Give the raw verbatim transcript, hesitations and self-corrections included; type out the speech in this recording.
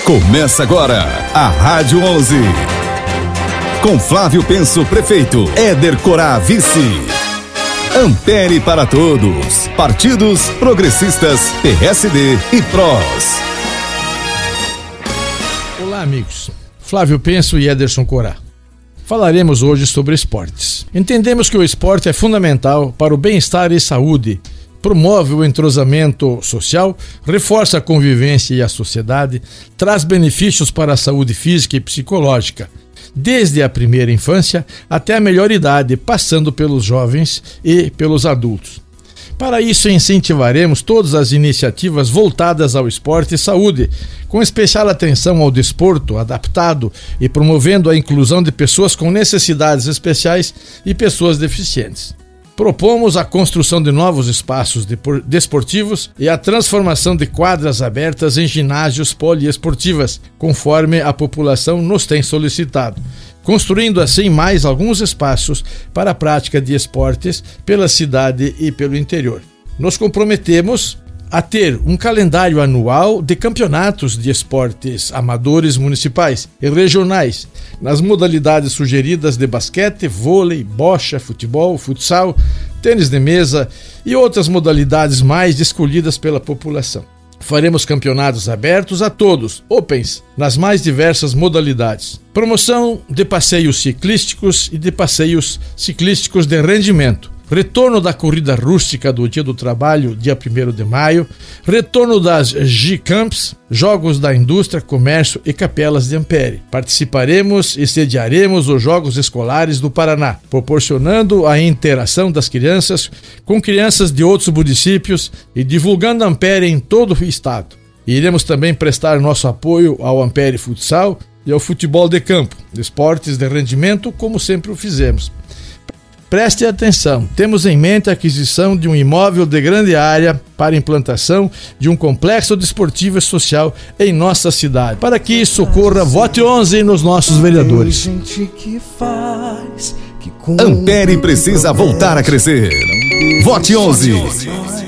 Começa agora a Rádio onze. Com Flávio Penso, prefeito, Éder Corá, vice. Ampere para todos. Partidos progressistas, P S D e P R O S. Olá, amigos. Flávio Penso e Éderson Corá. Falaremos hoje sobre esportes. Entendemos que o esporte é fundamental para o bem-estar e saúde, promove o entrosamento social, reforça a convivência e a sociedade, traz benefícios para a saúde física e psicológica, desde a primeira infância até a melhor idade, passando pelos jovens e pelos adultos. Para isso, incentivaremos todas as iniciativas voltadas ao esporte e saúde, com especial atenção ao desporto adaptado e promovendo a inclusão de pessoas com necessidades especiais e pessoas deficientes. Propomos a construção de novos espaços desportivos e a transformação de quadras abertas em ginásios poliesportivas, conforme a população nos tem solicitado, construindo assim mais alguns espaços para a prática de esportes pela cidade e pelo interior. Nos comprometemos a ter um calendário anual de campeonatos de esportes amadores municipais e regionais, nas modalidades sugeridas de basquete, vôlei, bocha, futebol, futsal, tênis de mesa e outras modalidades mais escolhidas pela população. Faremos campeonatos abertos a todos, opens, nas mais diversas modalidades. Promoção de passeios ciclísticos e de passeios ciclísticos de rendimento. Retorno da corrida rústica do Dia do Trabalho, dia primeiro de maio. Retorno das G-Camps, Jogos da Indústria, Comércio e Capelas de Ampere. Participaremos e sediaremos os Jogos Escolares do Paraná, proporcionando a interação das crianças com crianças de outros municípios e divulgando Ampere em todo o estado. Iremos também prestar nosso apoio ao Ampere Futsal e ao futebol de campo, esportes de rendimento, como sempre o fizemos. Preste atenção, temos em mente a aquisição de um imóvel de grande área para implantação de um complexo desportivo e social em nossa cidade. Para que isso ocorra, vote onze nos nossos vereadores. Ampere precisa voltar a crescer. Vote onze.